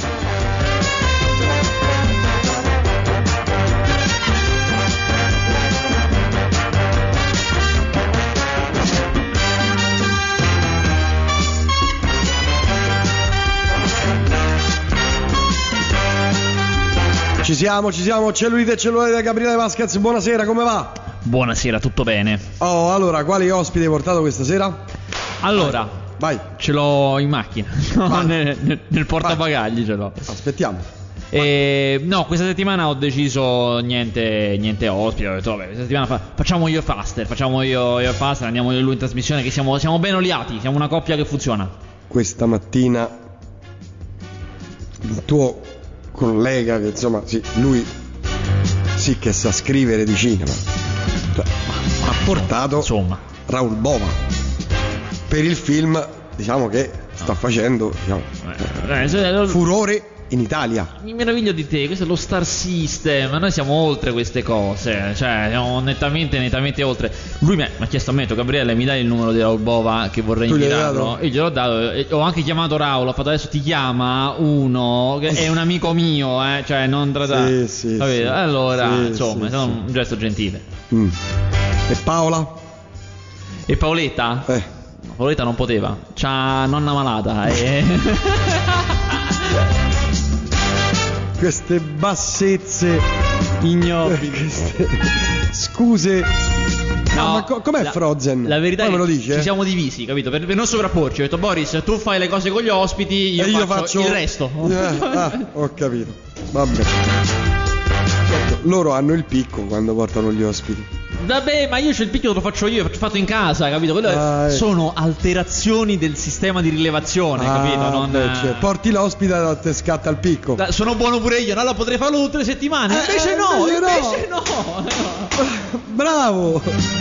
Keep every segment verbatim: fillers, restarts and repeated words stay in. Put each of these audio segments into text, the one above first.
Ci siamo, ci siamo, cellulite e cellulare da Gabriele Vasquez, buonasera, come va? Buonasera, tutto bene. Oh, allora, quali ospiti hai portato questa sera? Allora, vai, vai. Ce l'ho in macchina, no, nel, nel, nel portabagagli ce l'ho. Aspettiamo. E, no, questa settimana ho deciso niente, niente ospiti, ho detto vabbè, questa settimana fa, facciamo io e Faster, facciamo io, io e Faster, andiamo io e lui in trasmissione che siamo, siamo ben oliati, siamo una coppia che funziona. Questa mattina il tuo collega, che insomma, sì, lui sì che sa scrivere di cinema, cioè, ha portato insomma Raoul Bova per il film, diciamo, che sta facendo, diciamo, eh, eh, furore in Italia. Mi meraviglio di te, questo è lo Star System, noi siamo oltre queste cose, cioè siamo nettamente, nettamente oltre. Lui mi ha chiesto a me, detto, Gabriele, mi dai il numero di Raoul Bova che vorrei tu invitarlo? Io gliel'ho dato, e ho anche chiamato Raul, ho fatto adesso ti chiama uno che è un amico mio, eh, cioè non tratta. Sì, sì, sì. Allora, sì, insomma, sì, è stato sì. un gesto gentile. Mm. E Paola? E Paoletta? Eh. Paoletta non poteva, c'ha nonna malata e... Queste bassezze ignobili, queste scuse. No, no, ma co- com'è la, Frozen? La verità poi è me lo che dici, ci eh? siamo divisi, capito? Per, per non sovrapporci. Ho detto Boris, tu fai le cose con gli ospiti, io, e io faccio, faccio il resto. Eh, ah, ho capito. Vabbè. Certo, loro hanno il picco quando portano gli ospiti. Vabbè, ma io c'ho il picchio, lo faccio io, l'ho fatto in casa, capito? Quello ah, è, eh. sono alterazioni del sistema di rilevazione, ah, capito? Non, beh, cioè, porti l'ospite e te scatta il picco. Da, sono buono pure io, no? Lo potrei farlo tutte le settimane. Eh, invece eh, no, invece invece no. no. Bravo.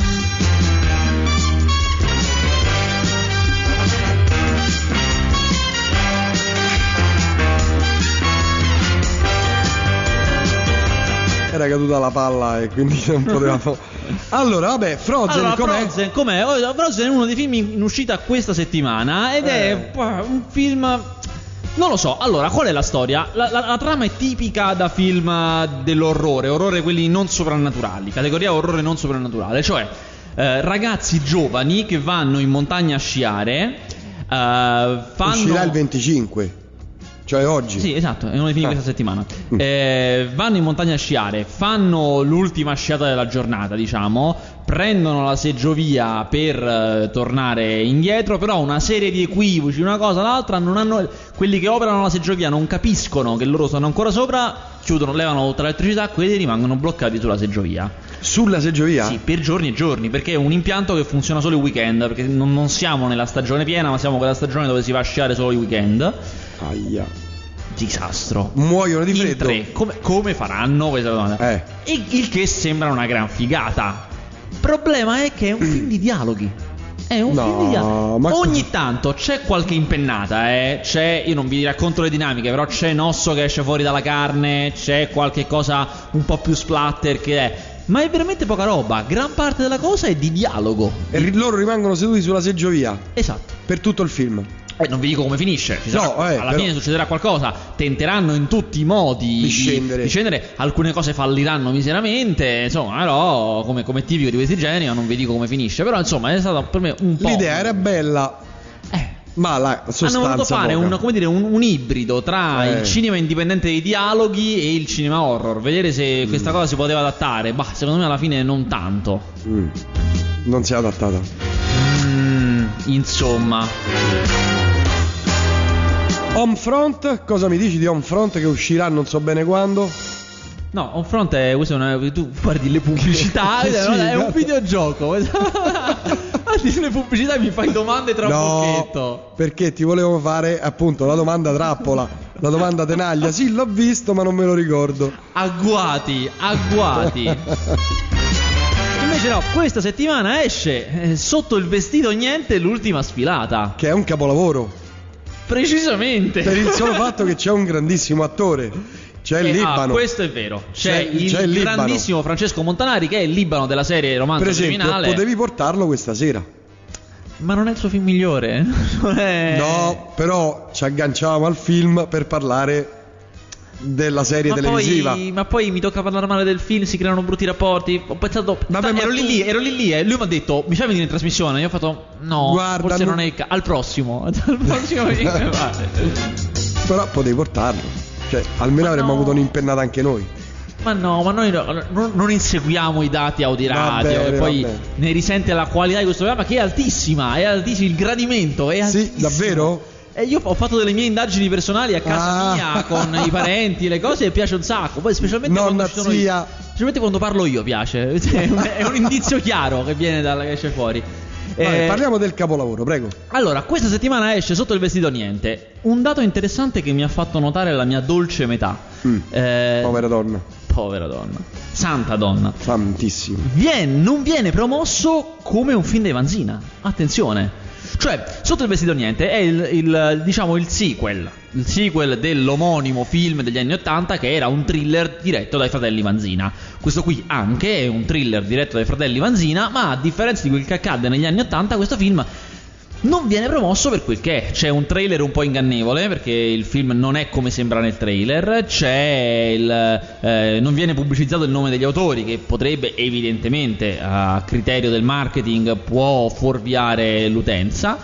Era caduta la palla e quindi non potevamo. Allora, vabbè, Frozen, allora, com'è? Frozen, com'è? Oh, Frozen è uno dei film in uscita questa settimana ed eh. è un film... Non lo so, allora, qual è la storia? La, la, la trama è tipica da film dell'orrore, orrore quelli non soprannaturali, categoria orrore non soprannaturale, cioè eh, ragazzi giovani che vanno in montagna a sciare, eh, fanno... Uscirà il venticinque. Cioè oggi. Sì, esatto, è uno dei film di ah. questa settimana. eh, Vanno in montagna a sciare, fanno l'ultima sciata della giornata, diciamo, prendono la seggiovia per eh, tornare indietro, però una serie di equivoci, una cosa l'altra, non hanno, quelli che operano la seggiovia non capiscono che loro sono ancora sopra, chiudono, levano tutta l'elettricità, quelli rimangono bloccati sulla seggiovia. Sulla seggiovia? Sì, per giorni e giorni, perché è un impianto che funziona solo il weekend, perché non, non siamo nella stagione piena, ma siamo quella stagione dove si va a sciare solo i weekend. Aia. Disastro. Muoiono di in freddo. tre. Come, come faranno questa domanda? Eh. E il che sembra una gran figata. Il problema è che è un film di dialoghi. È un no, film di dialoghi. ma... Ogni tanto c'è qualche impennata, eh. C'è, io non vi racconto le dinamiche, però c'è un osso che esce fuori dalla carne, c'è qualche cosa un po' più splatter che è. Ma è veramente poca roba. Gran parte della cosa è di dialogo. E ri- loro rimangono seduti sulla seggiovia. Esatto. Per tutto il film. Eh, non vi dico come finisce. Ci sarà, no, eh, alla però... fine succederà qualcosa. Tenteranno in tutti i modi di scendere. Di scendere. Alcune cose falliranno miseramente. Insomma, però, come, come tipico di questi generi, non vi dico come finisce. Però, insomma, è stato per me un po'. L'idea era bella. Eh. Ma la sostanza hanno voluto fare un, come dire, un, un ibrido tra eh. il cinema indipendente dei dialoghi e il cinema horror. Vedere se mm. questa cosa si poteva adattare. Bah, secondo me alla fine non tanto. Mm. Non si è adattata. Mm, insomma. Homefront, cosa mi dici di Homefront che uscirà non so bene quando? No, Homefront è, questo è una, tu guardi le pubblicità, sì, è un esatto. videogioco. Le pubblicità mi fai domande tra un no, bocchetto. Perché ti volevo fare appunto la domanda trappola, la domanda tenaglia. Sì, l'ho visto ma non me lo ricordo. Agguati, agguati. Invece no, questa settimana esce eh, Sotto il vestito niente l'ultima sfilata. Che è un capolavoro. Precisamente. Per il solo fatto che c'è un grandissimo attore. C'è il eh, Libano. Ah, questo è vero. C'è, c'è il, c'è il grandissimo Francesco Montanari che è il Libano della serie romanzo per esempio, criminale. potevi portarlo questa sera. Ma non è il suo film migliore? Non è... No, però ci agganciavamo al film per parlare della serie ma televisiva. Poi, ma poi mi tocca parlare male del film, si creano brutti rapporti. Ho pensato, Vabbè, ero tu... lì lì, ero lì lì e lui mi ha detto mi fai venire in trasmissione? Io ho fatto no, Guarda, forse non... non è il ca- al prossimo. Al prossimo Però potevi portarlo. Cioè, almeno ma avremmo no. avuto un'impennata anche noi. Ma no, ma noi no, non, non inseguiamo i dati Audiradio, Va bene, che poi va bene. ne risente la qualità di questo programma che è altissima, è altissimo, il gradimento è altissimo. Sì, davvero? E io ho fatto delle mie indagini personali a casa Ah. mia con i parenti, le cose, e piace un sacco. Poi specialmente Nonna, quando ci sono zia. io, specialmente quando parlo io piace. È un, è un indizio chiaro che viene dalla che esce fuori. Vabbè, Eh, parliamo del capolavoro, prego. allora, questa settimana esce Sotto il vestito niente. Un dato interessante che mi ha fatto notare la mia dolce metà. Mm. Eh, Povera donna. povera donna. Santa donna. Tantissimo. Viene, non viene promosso come un film di Vanzina. Attenzione. Cioè, Sotto il vestito niente è il, il diciamo il sequel, il sequel dell'omonimo film degli anni ottanta che era un thriller diretto dai fratelli Vanzina. Questo qui anche è un thriller diretto dai fratelli Vanzina, ma a differenza di quel che accadde negli anni ottanta, questo film non viene promosso per quel che è. C'è un trailer un po' ingannevole perché il film non è come sembra nel trailer. C'è il eh, non viene pubblicizzato il nome degli autori, che potrebbe evidentemente a criterio del marketing può fuorviare l'utenza.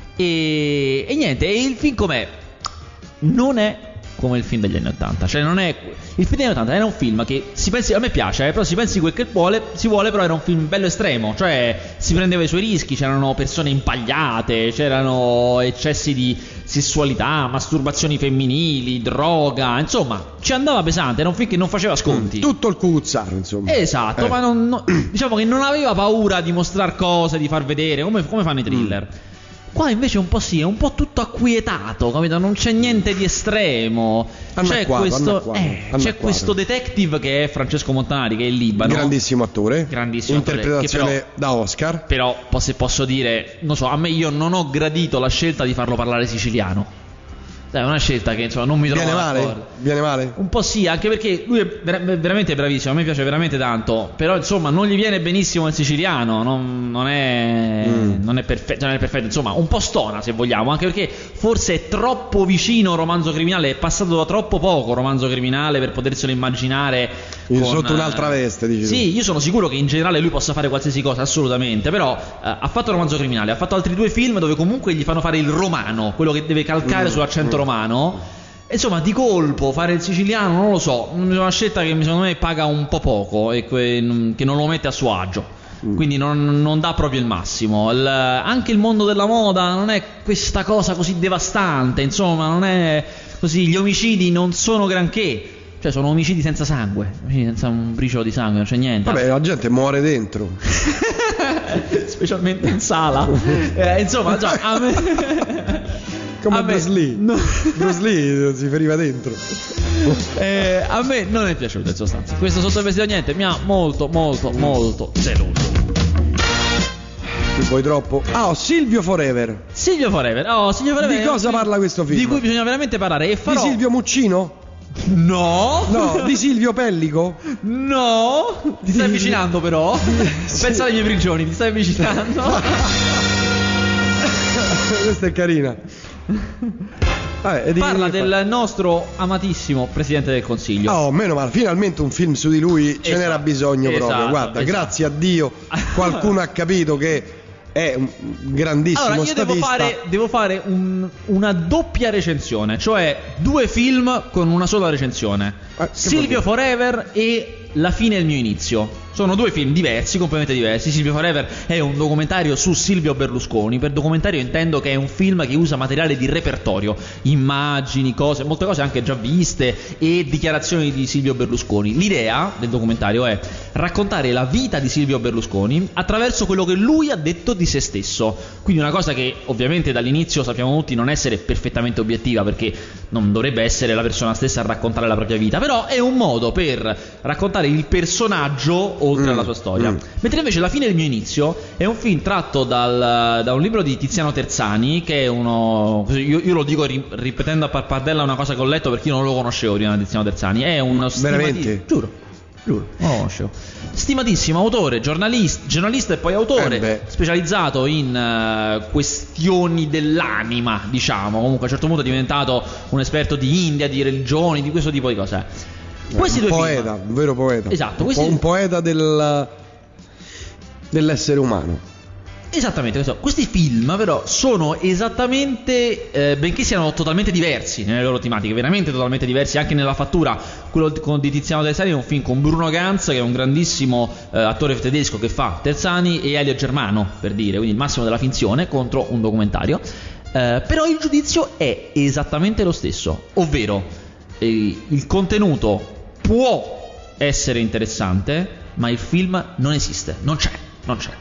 E, e niente, e il film com'è? Non è come il film degli anni ottanta. Cioè non è il film degli anni ottanta, era un film che si pensi, a me piace, eh, però si pensi quel che vuole, si vuole, però era un film bello estremo, cioè si prendeva i suoi rischi, c'erano persone impagliate, c'erano eccessi di sessualità, masturbazioni femminili, droga, insomma, ci andava pesante, era un film che non faceva sconti. Tutto il cucuzzaro, insomma. Esatto, Eh. ma non, no- diciamo che non aveva paura di mostrare cose, di far vedere, come, come fanno i thriller. Qua invece un po' sì, è un po' tutto acquietato, capito? Non c'è niente di estremo. C'è Anacquato, questo, anacquato, eh, c'è anacquato. questo detective che è Francesco Montanari, che è in Libano. Grandissimo attore. Grandissimo attore, Interpretazione che da Oscar. Però, po- se posso dire, non so, a me io non ho gradito la scelta di farlo parlare siciliano. Dai, è una scelta che insomma non mi trovo Viene male? d'accordo. Viene male? Un po' sì, anche perché lui è ver- veramente bravissimo, a me piace veramente tanto, però insomma non gli viene benissimo il siciliano, non, non è Mm. non è perfetto, non è perfetto, insomma un po' stona se vogliamo, anche perché forse è troppo vicino Romanzo Criminale, è passato da troppo poco Romanzo Criminale per poterselo immaginare con, Sotto un'altra veste, dici tu. Sì, io sono sicuro che in generale lui possa fare qualsiasi cosa, assolutamente, però eh, ha fatto Romanzo Criminale, ha fatto altri due film dove comunque gli fanno fare il romano, quello che deve calcare Mm. sull'accento romano. Insomma, di colpo fare il siciliano, non lo so, è una scelta che secondo me paga un po' poco e que- che non lo mette a suo agio. Mm. Quindi non, non dà proprio il massimo. Il- anche il mondo della moda non è questa cosa così devastante, insomma, non è così. Gli omicidi non sono granché, cioè sono omicidi senza sangue, omicidi senza un briciolo di sangue, non c'è niente. Vabbè, la gente muore dentro. Specialmente in sala. Eh, insomma, già, a me... Come a me- Bruce Lee. no. Bruce Lee si feriva dentro. Eh, a me non è piaciuto in sostanza. Questo Sotto il vestito niente mi ha molto molto molto deluso. Ti vuoi troppo? Ah, oh, Silvio Forever. Silvio Forever. Oh, Silvio Forever. Di è un cosa film parla questo film? Di cui bisogna veramente parlare. E Di farò... Silvio Muccino? No. No, di Silvio Pellico? No. Ti stai avvicinando però. Sì. Pensa alle mie prigioni, ti stai avvicinando. Questa è carina. Vabbè, e di- Parla del nostro amatissimo Presidente del Consiglio. Oh, meno male, finalmente un film su di lui, ce Esatto, n'era bisogno proprio. esatto, Guarda, esatto. grazie a Dio qualcuno ha capito che è un grandissimo Allora, io devo statista. fare, devo fare un- una doppia recensione, cioè due film con una sola recensione. Eh, che Silvio vuol Forever e La fine è il mio inizio. Sono due film diversi, completamente diversi. Silvio Forever è un documentario su Silvio Berlusconi. Per documentario intendo che è un film che usa materiale di repertorio, immagini, cose, molte cose anche già viste e dichiarazioni di Silvio Berlusconi. L'idea del documentario è raccontare la vita di Silvio Berlusconi attraverso quello che lui ha detto di se stesso. Quindi una cosa che ovviamente dall'inizio sappiamo tutti non essere perfettamente obiettiva, perché non dovrebbe essere la persona stessa a raccontare la propria vita, però è un modo per raccontare il personaggio oltre Mm, alla sua storia. mm. Mentre invece La fine del mio inizio è un film tratto dal, da un libro di Tiziano Terzani, che è uno, io, io lo dico ri- ripetendo a pappardella una cosa che ho letto perché io non lo conoscevo prima di Tiziano Terzani. È uno Veramente? stimati- giuro. Giuro, non lo conoscevo. Stimatissimo autore, giornalista, giornalista e poi autore, eh specializzato in uh, questioni dell'anima, diciamo. Comunque a un certo punto è diventato un esperto di India, di religioni, di questo tipo di cose. Questi un due poeta, film, un vero poeta. Esatto, un, questi... po- un poeta del, dell'essere umano. Esattamente, questo. Questi film però sono esattamente, eh, benché siano totalmente diversi nelle loro tematiche, veramente totalmente diversi anche nella fattura. Quello con, di Tiziano Terzani è un film con Bruno Ganz, che è un grandissimo eh, attore tedesco che fa Terzani, e Elio Germano, per dire, quindi il massimo della finzione contro un documentario. Eh, però il giudizio è esattamente lo stesso, ovvero eh, il contenuto può essere interessante, ma il film non esiste, non c'è, non c'è.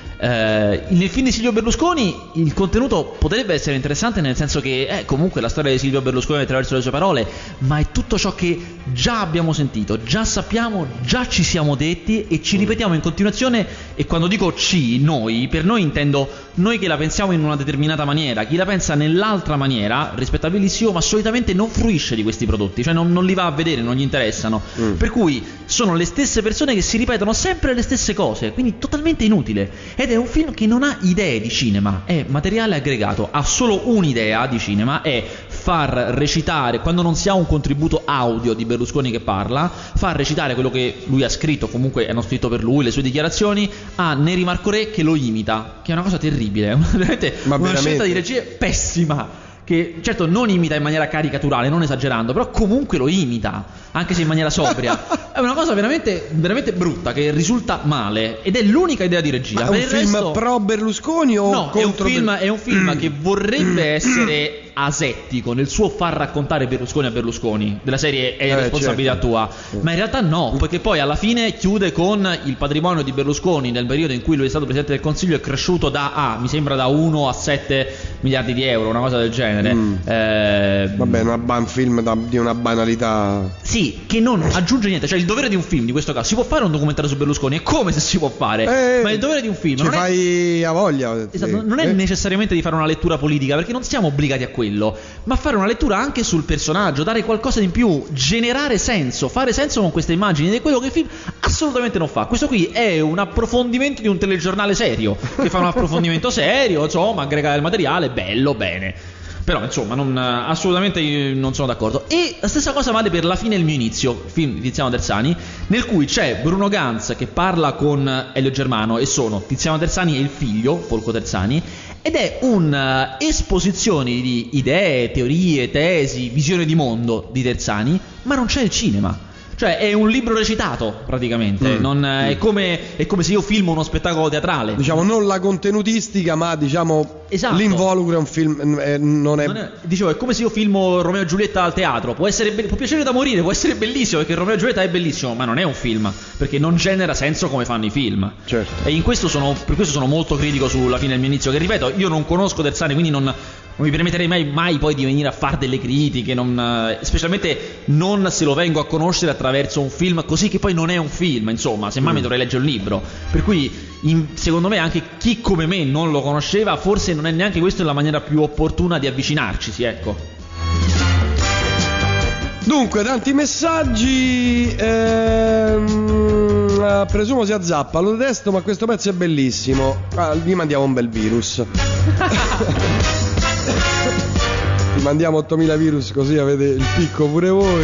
Eh, nel film di Silvio Berlusconi il contenuto potrebbe essere interessante, nel senso che è comunque la storia di Silvio Berlusconi attraverso le sue parole, ma è tutto ciò che già abbiamo sentito, già sappiamo, già ci siamo detti e ci ripetiamo in continuazione. E quando dico ci, noi, per noi intendo noi che la pensiamo in una determinata maniera. Chi la pensa nell'altra maniera, rispettabilissimo, ma solitamente non fruisce di questi prodotti, cioè non, non li va a vedere, non gli interessano. mm. Per cui sono le stesse persone che si ripetono sempre le stesse cose, quindi totalmente inutile. Ed è un film che non ha idee di cinema, è materiale aggregato, ha solo un'idea di cinema, è far recitare, quando non si ha un contributo audio di Berlusconi che parla, far recitare quello che lui ha scritto, comunque hanno scritto per lui le sue dichiarazioni, a Neri Marco Re che lo imita, che è una cosa terribile, veramente Ma una veramente? scelta di regia pessima. Che certo non imita in maniera caricaturale, non esagerando, però comunque lo imita, anche se in maniera sobria. È una cosa veramente, veramente brutta, che risulta male, ed è l'unica idea di regia. Ma è Per un il film resto... pro Berlusconi o No, è un contro film, Ber- è un film che vorrebbe essere asettico nel suo far raccontare Berlusconi a Berlusconi, della serie è Eh, responsabilità certo. tua, ma in realtà no, perché poi alla fine chiude con il patrimonio di Berlusconi nel periodo in cui lui è stato Presidente del Consiglio è cresciuto da A, mi sembra da uno a sette miliardi di euro, una cosa del genere. Mm. Eh, Vabbè, una ba- un film da- di una banalità. Sì, che non aggiunge niente. Cioè il dovere di un film, di questo caso, si può fare un documentario su Berlusconi, è come se si può fare, Eh, ma il dovere di un film Ci non è... fai a voglia. Esatto, sì. non è Eh. necessariamente di fare una lettura politica, perché non siamo obbligati a quello, ma fare una lettura anche sul personaggio, dare qualcosa in più, generare senso, fare senso con queste immagini, ed è quello che il film assolutamente non fa. Questo qui è un approfondimento di un telegiornale serio, che fa un approfondimento serio, insomma, aggrega il materiale, bello, bene. Però insomma non, assolutamente non sono d'accordo. E la stessa cosa vale per La fine e il mio inizio, film di Tiziano Terzani, nel cui c'è Bruno Ganz che parla con Elio Germano, e sono Tiziano Terzani e il figlio Folco Terzani, ed è un'esposizione di idee, teorie, tesi, visione di mondo di Terzani, ma non c'è il cinema. Cioè è un libro recitato praticamente, Mm. non, è, come, è come se io filmo uno spettacolo teatrale. Diciamo non la contenutistica, ma diciamo Esatto. l'involucro è un film, eh, non è... Non è- dicevo, è come se io filmo Romeo e Giulietta al teatro. Può essere be- può piacere da morire, può essere bellissimo, perché Romeo e Giulietta è bellissimo, ma non è un film, perché non genera senso come fanno i film. Certo. E in questo sono, per questo sono molto critico sulla fine del mio inizio, che ripeto, io non conosco Terzani, quindi non, non mi permetterei mai, mai poi di venire a fare delle critiche, non, eh, specialmente non se lo vengo a conoscere attraverso un film, così che poi non è un film, insomma, semmai Mm. mi dovrei leggere un libro. Per cui in- secondo me anche chi come me non lo conosceva, forse non è neanche questa la maniera più opportuna di avvicinarcisi, ecco. Dunque, tanti messaggi. ehm, eh, presumo sia Zappa, lo detesto, ma questo pezzo è bellissimo. Ah, gli mandiamo un bel virus. Ti mandiamo ottomila virus così avete il picco pure voi.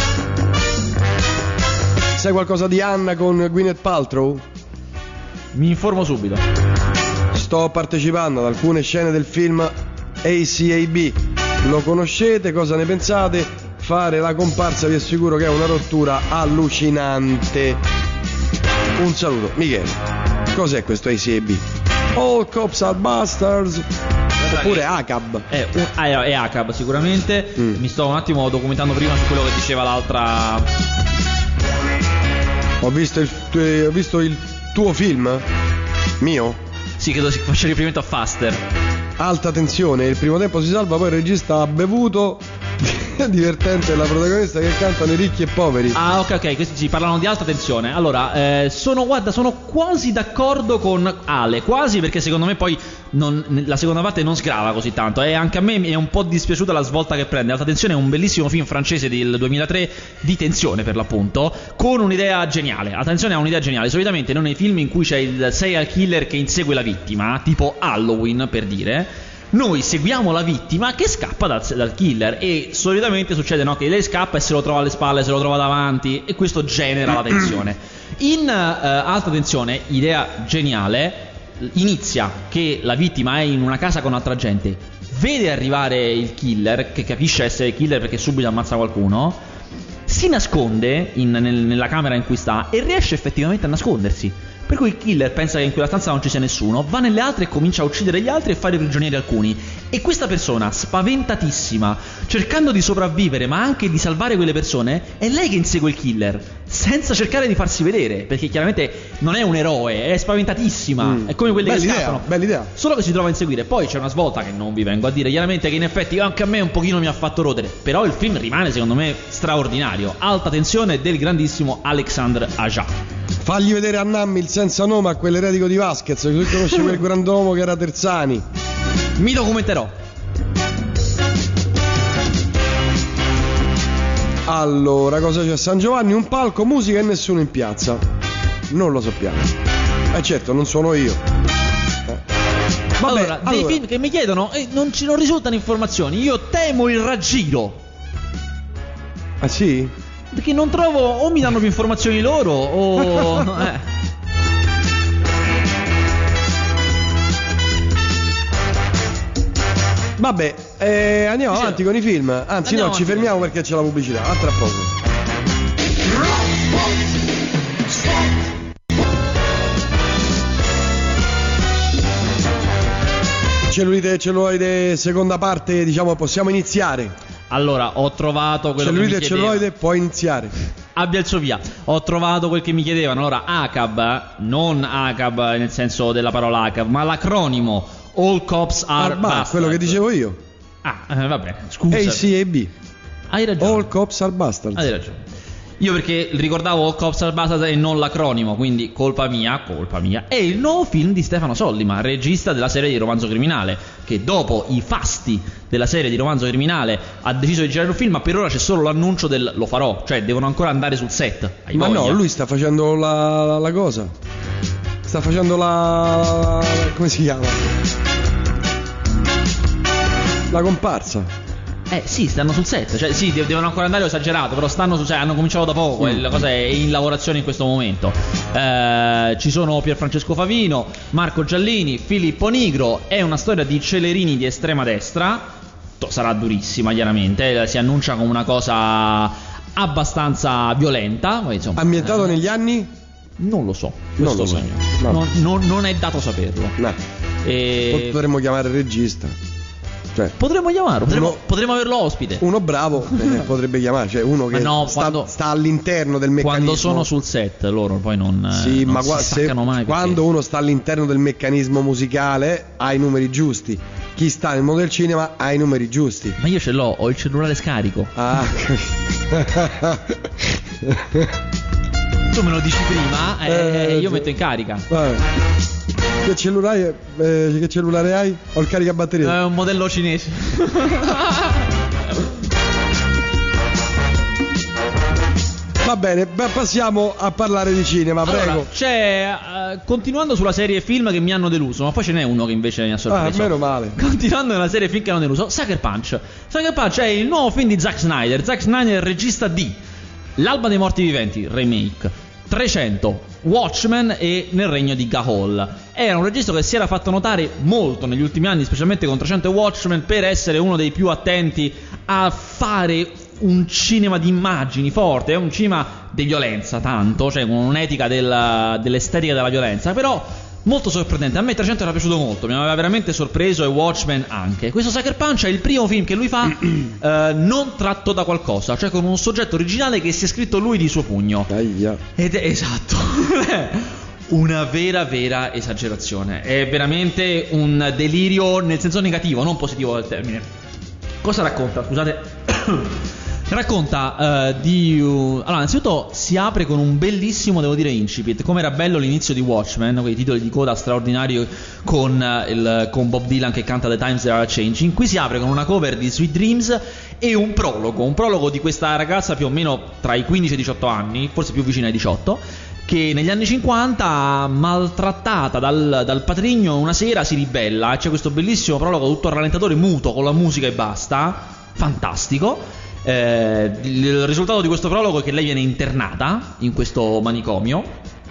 Sai qualcosa di Anna con Gwyneth Paltrow? Mi informo subito. Sto partecipando ad alcune scene del film A C A B. Lo conoscete? Cosa ne pensate? Fare la comparsa vi assicuro che è una rottura allucinante. Un saluto, Michele. Cos'è questo A C A B? All Cops are Bastards. Oppure A C A B. È, un, ah, è, è A C A B sicuramente. Mm. Mi sto un attimo documentando prima su quello che diceva l'altra. Ho visto il, tu- ho visto il tuo film? Mio? Sì, credo si faccia riferimento a Faster. Alta tensione, il primo tempo si salva, poi il regista ha bevuto È divertente la protagonista che cantano i ricchi e poveri. Ah, ok, ok, questi sì, parlano di alta tensione. Allora, eh, sono, guarda, sono quasi d'accordo con Ale, quasi, perché secondo me poi non, la seconda parte non sgrava così tanto. E anche a me è un po' dispiaciuta la svolta che prende. Alta tensione è un bellissimo film francese del duemilatré di tensione, per l'appunto, con un'idea geniale. Alta tensione ha un'idea geniale. Solitamente non nei film in cui c'è il serial killer che insegue la vittima, tipo Halloween, per dire, noi seguiamo la vittima che scappa dal, dal killer, e solitamente succede, no, che lei scappa e se lo trova alle spalle, se lo trova davanti, e questo genera la tensione. In uh, alta tensione, idea geniale, inizia che la vittima è in una casa con altra gente, vede arrivare il killer, che capisce essere il killer perché subito ammazza qualcuno, si nasconde in, nel, nella camera in cui sta e riesce effettivamente a nascondersi. Per cui il killer pensa che in quella stanza non ci sia nessuno, va nelle altre e comincia a uccidere gli altri e fare prigionieri alcuni. E questa persona, spaventatissima, cercando di sopravvivere ma anche di salvare quelle persone, è lei che insegue il killer, senza cercare di farsi vedere, perché chiaramente non è un eroe, è spaventatissima, mm. è come quelle bella che idea, scappano. Bella idea. Solo che si trova a inseguire. Poi c'è una svolta che non vi vengo a dire, chiaramente, che in effetti anche a me un pochino mi ha fatto rodere, però il film rimane secondo me straordinario. Alta tensione del grandissimo Alexandre Aja. Fagli vedere a Nammi il senza nome a quell'eretico di Vasquez, che tu conosci quel grandomo che era Terzani. Mi documenterò. Allora, cosa c'è? San Giovanni, un palco, musica e nessuno in piazza. Non lo sappiamo. Eh certo, non sono io. Eh. Vabbè, allora, dei allora. film che mi chiedono e non ci non risultano informazioni. Io temo il raggiro. Ah sì? Perché non trovo, o mi danno più informazioni loro o eh. Vabbè, eh, andiamo Sì. avanti con i film. Anzi Andiamo no, ci avanti. fermiamo perché c'è la pubblicità. A tra poco. Cellulite e celluloide, seconda parte, diciamo, possiamo iniziare. Allora, ho trovato quello Cellulite che e mi chiedevano. celluloide, puoi iniziare. Abbia il suo via. Ho trovato quel che mi chiedevano. Allora, A C A B, non A C A B nel senso della parola A C A B, ma l'acronimo All Cops Are Ah, bah, Bastards. quello che dicevo io. Ah, eh, va bene, scusa. A C A B. Hai ragione. All Cops Are Bastards. Hai ragione. Io perché ricordavo All Cops Are Bastards e non l'acronimo, quindi colpa mia, colpa mia. È il nuovo film di Stefano Sollima, regista della serie di Romanzo Criminale, che dopo i fasti della serie di Romanzo Criminale ha deciso di girare un film, ma per ora c'è solo l'annuncio del lo farò, cioè devono ancora andare sul set. Hai Ma voglia. no, lui sta facendo la, la, la cosa. Sta facendo la... come si chiama? La comparsa. Eh sì, stanno sul set, cioè sì, de- devono ancora andare, ho esagerato, però stanno sul set, hanno cominciato da poco, e la cosa è in lavorazione in questo momento. Eh, ci sono Pierfrancesco Favino, Marco Giallini, Filippo Nigro, è una storia di Celerini di estrema destra, to- sarà durissima chiaramente, si annuncia come una cosa abbastanza violenta, ma insomma... Ambientato eh, negli anni? Non lo so, Non questo lo so. so. No. Non, non- non è dato saperlo. No. E... Potremmo chiamare il regista. Cioè, Potremmo chiamarlo, potremmo, Uno- potremmo averlo ospite. uno bravo eh, potrebbe chiamare, cioè uno Ma che no, sta, quando- sta all'interno del meccanismo. Quando sono sul set loro poi non, Sì, non ma si qua- se- staccano mai perché- quando uno sta all'interno del meccanismo musicale ha i numeri giusti. Chi sta nel mondo del cinema ha i numeri giusti. Ma io ce l'ho, ho il cellulare scarico. Ah. Tu me lo dici prima e Eh, io sì. metto in carica. Vabbè. Che cellulare, eh, che cellulare hai? Ho il caricabatterie. È un modello cinese. Va bene, beh, passiamo a parlare di cinema, prego. Allora, c'è eh, continuando sulla serie film che mi hanno deluso, ma poi ce n'è uno che invece mi ha Ah, sorpreso. meno male. Continuando nella serie film che hanno deluso, Sucker Punch. Sucker Punch è il nuovo film di Zack Snyder. Zack Snyder è il regista di L'alba dei morti viventi, remake, trecento, Watchmen e Nel regno di Ga'Hoole. Era un regista che si era fatto notare molto negli ultimi anni, specialmente con trecento e Watchmen, per essere uno dei più attenti a fare un cinema di immagini forte, è un cinema di violenza tanto, cioè con un'etica del, dell'estetica della violenza, però molto sorprendente. A me trecento era piaciuto molto, mi aveva veramente sorpreso, e Watchmen anche. Questo Sucker Punch è il primo film che lui fa eh, non tratto da qualcosa, cioè con un soggetto originale che si è scritto lui di suo pugno. Aia. Ed è esatto. Una vera vera esagerazione. È veramente un delirio nel senso negativo, non positivo del termine. Cosa racconta? Scusate. Racconta uh, di uh, allora, innanzitutto si apre con un bellissimo, devo dire, incipit. Come era bello l'inizio di Watchmen, quei titoli di coda straordinari con, uh, il, con Bob Dylan che canta The Times They Are Changing. Qui si apre con una cover di Sweet Dreams e un prologo, un prologo di questa ragazza più o meno tra i quindici e i diciotto anni, forse più vicina ai diciotto, che negli anni cinquanta, maltrattata dal, dal patrigno, una sera si ribella. C'è questo bellissimo prologo tutto a rallentatore muto con la musica e basta, fantastico. Eh, il risultato di questo prologo è che lei viene internata in questo manicomio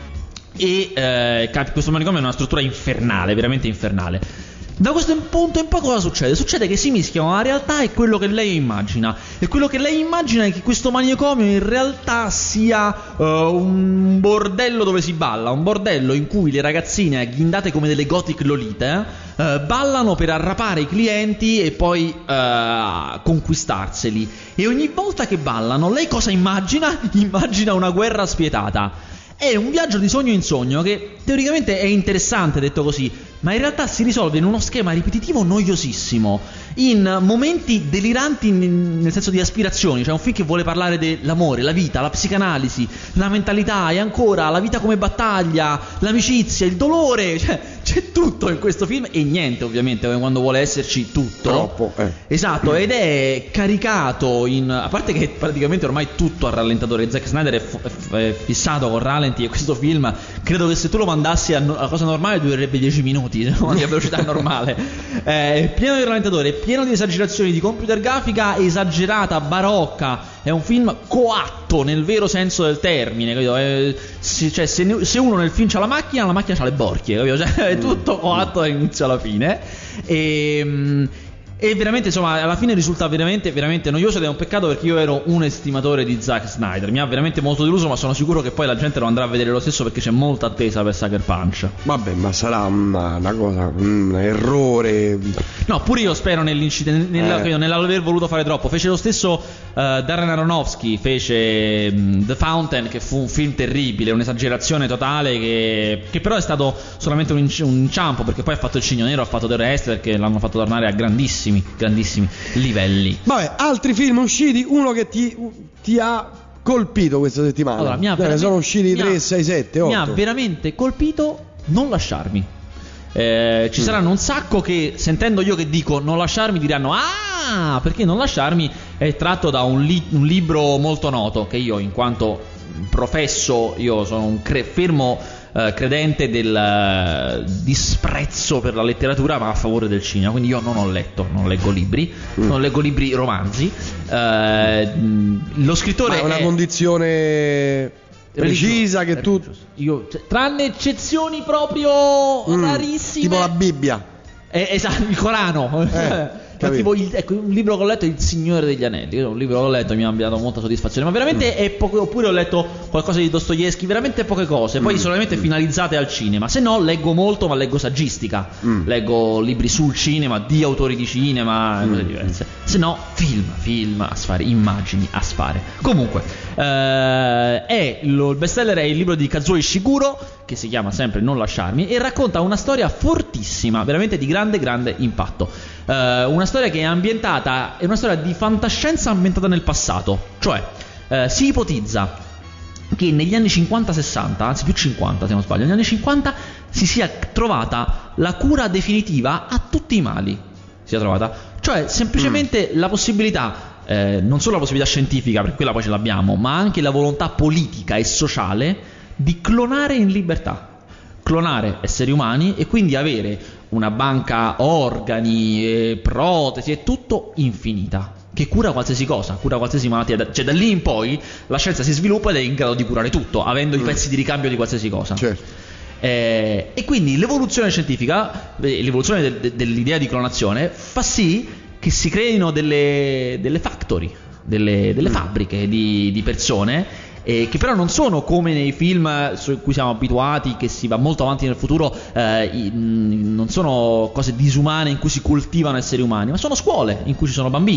e eh, questo manicomio è una struttura infernale, veramente infernale. Da questo punto in poi cosa succede? Succede che si mischiano la realtà e quello che lei immagina. E quello che lei immagina è che questo manicomio in realtà sia uh, un bordello dove si balla. Un bordello in cui le ragazzine agghindate come delle gothic lolite uh, ballano per arrapare i clienti e poi uh, conquistarseli. E ogni volta che ballano, lei cosa immagina? Immagina una guerra spietata. È un viaggio di sogno in sogno che teoricamente è interessante detto così, ma in realtà si risolve in uno schema ripetitivo noiosissimo, in momenti deliranti nel senso di aspirazioni. Cioè un film che vuole parlare dell'amore, la vita, la psicanalisi, la mentalità e ancora la vita come battaglia, l'amicizia, il dolore, cioè c'è tutto in questo film e niente ovviamente quando vuole esserci tutto. Troppo, eh. Esatto, ed è caricato in... a parte che praticamente ormai tutto a rallentatore. Zack Snyder è, f- è fissato con rallenti e questo film credo che se tu lo mandassi a, no- a cosa normale durerebbe dieci minuti, no? A velocità normale. È pieno di rallentatore, è pieno di esagerazioni, di computer grafica esagerata, barocca. È un film coatto nel vero senso del termine, capito? È, se, cioè, se, ne, se uno nel film c'ha la macchina, la macchina c'ha le borchie, capito? Cioè, è tutto coatto dall'inizio alla fine. E... E veramente, insomma, alla fine risulta veramente, veramente noioso ed è un peccato perché io ero un estimatore di Zack Snyder. Mi ha veramente molto deluso, ma sono sicuro che poi la gente lo andrà a vedere lo stesso perché c'è molta attesa per Sucker Punch. Vabbè, ma sarà una, una cosa, un errore. No, pure io spero nell'incidente, nel, eh. nell'aver voluto fare troppo. Fece lo stesso uh, Darren Aronofsky, fece um, The Fountain, che fu un film terribile, un'esagerazione totale che, che però è stato solamente un, inci- un inciampo, perché poi ha fatto il Cigno Nero, ha fatto The Rest, perché l'hanno fatto tornare a grandissimi grandissimi livelli. Vabbè, altri film usciti, uno che ti, ti ha colpito questa settimana. Allora, mi ha ne sono usciti tre, sei, sette, otto. Mi ha veramente colpito Non lasciarmi. Eh, ci mm. saranno un sacco che, sentendo io che dico Non lasciarmi, diranno ah, perché Non lasciarmi è tratto da un, li- un libro molto noto che io, in quanto professo, io sono un cre- fermo Uh, credente del uh, disprezzo per la letteratura ma a favore del cinema, quindi io non ho letto, non leggo libri, mm. non leggo libri, romanzi. Uh, lo scrittore ma è una è condizione precisa che tu io, cioè, tranne eccezioni proprio mm, rarissime, tipo la Bibbia, eh, esatto, il Corano. Eh. Tipo il, ecco, un libro che ho letto è Il Signore degli Anelli. Un libro che ho letto e mi ha dato molta soddisfazione. Ma veramente mm. è poco. Oppure ho letto qualcosa di Dostoevsky. Veramente poche cose. Poi mm. solamente mm. finalizzate al cinema. Se no, leggo molto, ma leggo saggistica. Mm. Leggo libri sul cinema, di autori di cinema, mm. cose diverse. Se no, film, film a sfare, immagini a sfare. Comunque, eh, è lo, il bestseller è il libro di Kazuo Ishiguro, che si chiama sempre Non lasciarmi, e racconta una storia fortissima, veramente di grande, grande impatto. Uh, una storia che è ambientata, è una storia di fantascienza ambientata nel passato. Cioè uh, si ipotizza che negli anni cinquanta sessanta, anzi più cinquanta se non sbaglio, negli anni cinquanta si sia trovata la cura definitiva a tutti i mali. Si sia trovata, cioè semplicemente mm. la possibilità, eh, non solo la possibilità scientifica, perché quella poi ce l'abbiamo, ma anche la volontà politica e sociale di clonare in libertà. Clonare esseri umani e quindi avere una banca organi, e protesi e tutto infinita, che cura qualsiasi cosa, cura qualsiasi malattia. Cioè da lì in poi la scienza si sviluppa ed è in grado di curare tutto, avendo mm. i pezzi di ricambio di qualsiasi cosa. Certo. Eh, e quindi l'evoluzione scientifica, l'evoluzione de- de- dell'idea di clonazione fa sì che si creino delle, delle factory, delle, delle mm. fabbriche di, di persone, eh, che però non sono come nei film su cui siamo abituati, che si va molto avanti nel futuro, eh, i, mh, non sono cose disumane in cui si coltivano esseri umani, ma sono scuole in cui ci sono bambini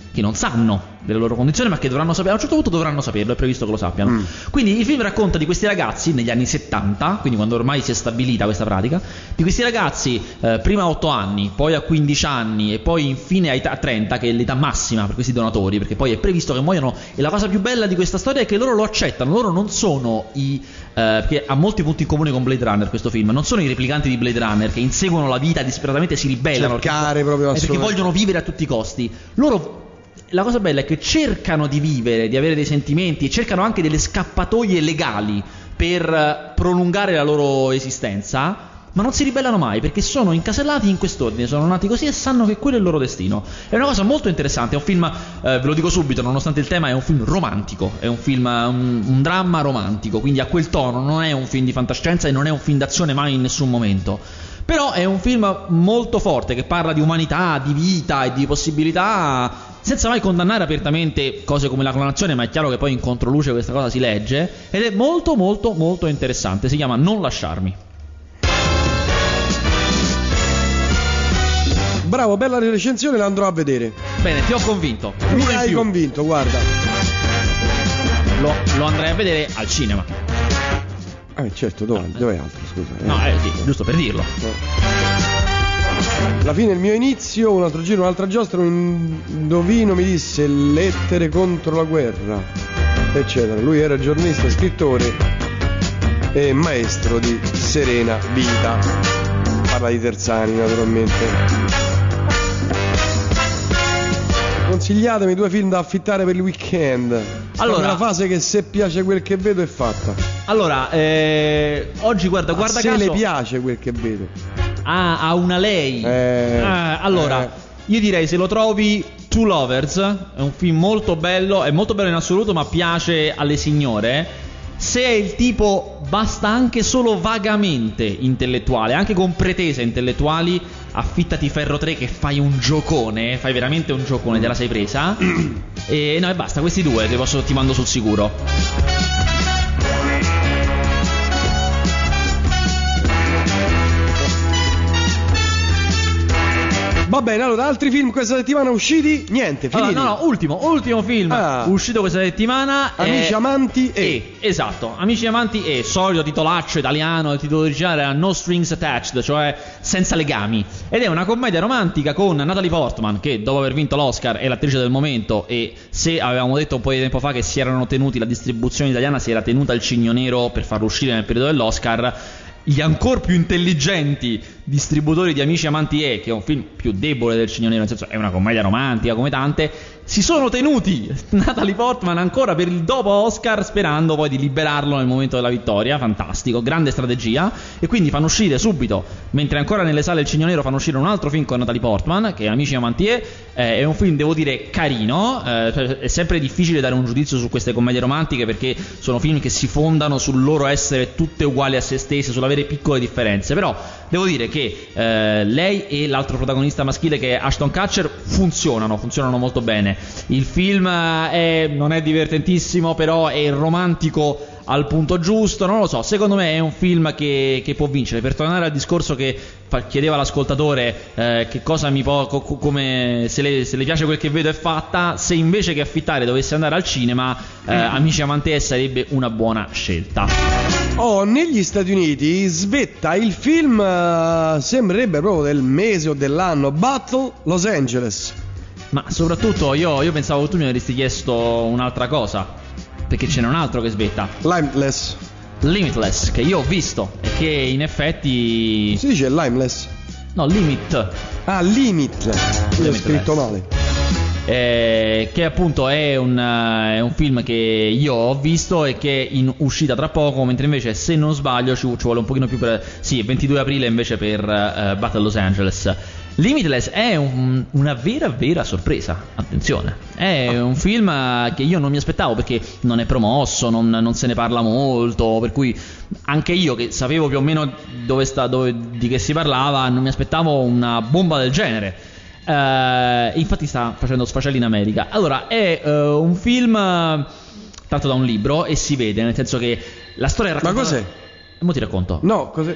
che non sanno delle loro condizioni, ma che dovranno sapere, a un certo punto dovranno saperlo, è previsto che lo sappiano. Mm. Quindi il film racconta di questi ragazzi negli anni settanta, quindi quando ormai si è stabilita questa pratica, di questi ragazzi eh, prima a otto anni, poi a quindici anni e poi infine a trenta, che è l'età massima per questi donatori, perché poi è previsto che muoiono. E la cosa più bella di questa storia è che loro lo accettano, loro non sono i eh, perché ha molti punti in comune con Blade Runner questo film, non sono i replicanti di Blade Runner che inseguono la vita disperatamente, si ribellano cercare proprio, perché vogliono vivere a tutti i costi. Loro, la cosa bella è che cercano di vivere, di avere dei sentimenti, e cercano anche delle scappatoie legali per prolungare la loro esistenza, ma non si ribellano mai perché sono incasellati in quest'ordine, sono nati così e sanno che quello è il loro destino. È una cosa molto interessante, è un film, eh, ve lo dico subito, nonostante il tema, è un film romantico, è un film, un, un dramma romantico, quindi ha quel tono, non è un film di fantascienza e non è un film d'azione mai in nessun momento. Però è un film molto forte che parla di umanità, di vita e di possibilità, senza mai condannare apertamente cose come la clonazione, ma è chiaro che poi in controluce questa cosa si legge, ed è molto molto molto interessante. Si chiama Non lasciarmi. Bravo, bella recensione, la andrò a vedere. Bene, ti ho convinto. Mi Uno in hai più. convinto, guarda. Lo, lo andrei a vedere al cinema. Eh certo, dove, No, dove altro, scusa. Eh. No, eh, sì, giusto per dirlo. Alla fine il mio inizio, un altro giro, un'altra giostra, un indovino mi disse lettere contro la guerra, eccetera. Lui era giornalista, scrittore e maestro di serena vita. Parla di Terzani, naturalmente. Consigliatemi due film da affittare per il weekend. Allora, la fase che se piace quel che vedo è fatta. Allora, eh, oggi guarda, Ma guarda se caso le piace quel che vedo. Ah, a una lei. Eh, ah, allora, eh. io direi, se lo trovi, Two Lovers, è un film molto bello, è molto bello in assoluto, ma piace alle signore. Se è il tipo basta anche solo vagamente intellettuale, anche con pretese intellettuali, affittati Ferro tre, che fai un giocone, fai veramente un giocone, te la sei presa. E no, e basta, questi due ti posso, ti mando sul sicuro. Va bene, allora, altri film questa settimana usciti? Niente, finiti. Allora, no, no, ultimo, ultimo film Ah. uscito questa settimana. Amici, è... amanti e... E, esatto, Amici Amanti e, solito titolaccio italiano, il titolo originale era No Strings Attached, cioè senza legami, ed è una commedia romantica con Natalie Portman, che dopo aver vinto l'Oscar è l'attrice del momento, e se avevamo detto un po' di tempo fa che si erano tenuti, la distribuzione italiana si era tenuta il Cigno Nero per farlo uscire nel periodo dell'Oscar, gli ancor più intelligenti distributori di Amici Amanti E, che è un film più debole del Cigno Nero, nel senso è una commedia romantica come tante, si sono tenuti Natalie Portman ancora per il dopo Oscar, sperando poi di liberarlo nel momento della vittoria. Fantastico, grande strategia. E quindi fanno uscire subito, mentre ancora nelle sale il Cigno Nero, fanno uscire un altro film con Natalie Portman, che è Amici Amanti E. eh, è un film, devo dire, carino. eh, è sempre difficile dare un giudizio su queste commedie romantiche, perché sono film che si fondano sul loro essere tutte uguali a se stesse, sull'avere piccole differenze, però devo dire che eh, lei e l'altro protagonista maschile, che è Ashton Kutcher, funzionano, funzionano molto bene. Il film è, non è divertentissimo, però è romantico al punto giusto, non lo so, secondo me è un film che, che può vincere. Per tornare al discorso che fa, chiedeva l'ascoltatore, eh, che cosa mi può, co, come se le, se le piace quel che vedo è fatta, se invece che affittare dovesse andare al cinema, eh, Amici Amanti E sarebbe una buona scelta. Oh, negli Stati Uniti svetta il film, uh, sembrerebbe proprio del mese o dell'anno, Battle Los Angeles. Ma soprattutto io, io pensavo che tu mi avresti chiesto un'altra cosa, perché ce n'è un altro che svetta, Limitless. Limitless, che io ho visto e che in effetti... Si dice Limitless? No, Limit. Ah, Limit. Io ho Limitless. scritto male. Eh, che appunto è un, uh, è un film che io ho visto e che è in uscita tra poco, mentre invece, se non sbaglio, ci, ci vuole un pochino più per... Sì, ventidue aprile invece per uh, Battle Los Angeles. Limitless è un, una vera vera sorpresa, attenzione, è un film che io non mi aspettavo, perché non è promosso, non, non se ne parla molto, per cui anche io, che sapevo più o meno dove sta, dove, di che si parlava, non mi aspettavo una bomba del genere. Uh, infatti sta facendo sfaceli in America. Allora, è uh, un film uh, tratto da un libro, e si vede, nel senso che la storia è raccontata... Ma cos'è? Mo ti racconto. No, cos'è?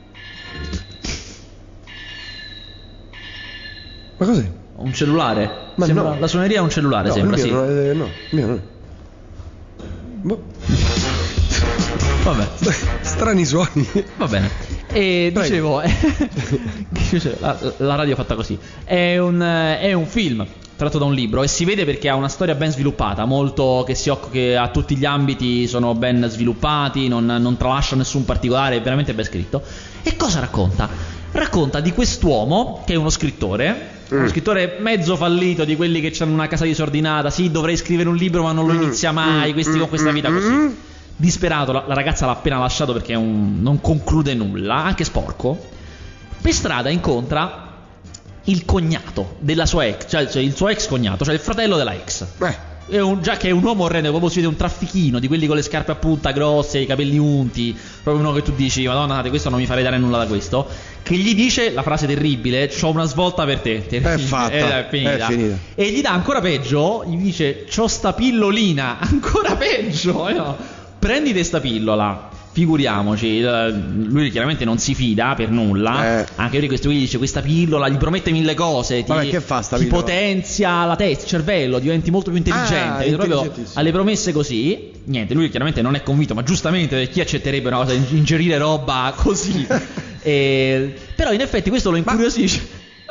Ma cos'è? Un cellulare. Ma sembra no. la suoneria è un cellulare, No, sembra, il mio sì. non è, no, il mio non è. Boh. Vabbè. Strani suoni. Va bene. E Prego. dicevo, la, la radio fatta così. È un, è un film tratto da un libro e si vede perché ha una storia ben sviluppata, molto che si occupa, che a tutti gli ambiti sono ben sviluppati, non, non tralascia nessun particolare, è veramente ben scritto. E cosa racconta? Racconta di quest'uomo che è uno scrittore. Uno Mm. scrittore mezzo fallito, di quelli che hanno una casa disordinata. Sì, dovrei scrivere un libro ma non lo Mm, inizia mai, mm, questi mm, con questa vita così. mm. Disperato, la, la ragazza l'ha appena lasciato perché è un, non conclude nulla, anche sporco. Per strada incontra il cognato della sua ex, cioè, cioè il suo ex cognato, cioè il fratello della ex. Beh, È un, già che è un uomo orrendo, proprio si vede un traffichino di quelli con le scarpe a punta grosse, i capelli unti, proprio uno che tu dici, madonna, questo non mi farei dare nulla da questo, che gli dice la frase terribile, c'ho una svolta per te. Terribile. È fatta, Eh, è, finita. è finita. E gli dà ancora peggio, gli dice, c'ho sta pillolina, ancora peggio, eh no. Prendite sta pillola. Figuriamoci, lui chiaramente non si fida per nulla, Eh. anche perché questo qui dice questa pillola gli promette mille cose, ti, Vabbè, che fa sta ti pillola? potenzia la testa, il cervello, diventi molto più intelligente, Ah, vedi, proprio intelligentissimo. alle promesse così. Niente, lui chiaramente non è convinto, ma giustamente, perché chi accetterebbe una cosa, ingerire roba così? E, però in effetti questo lo incuriosisce.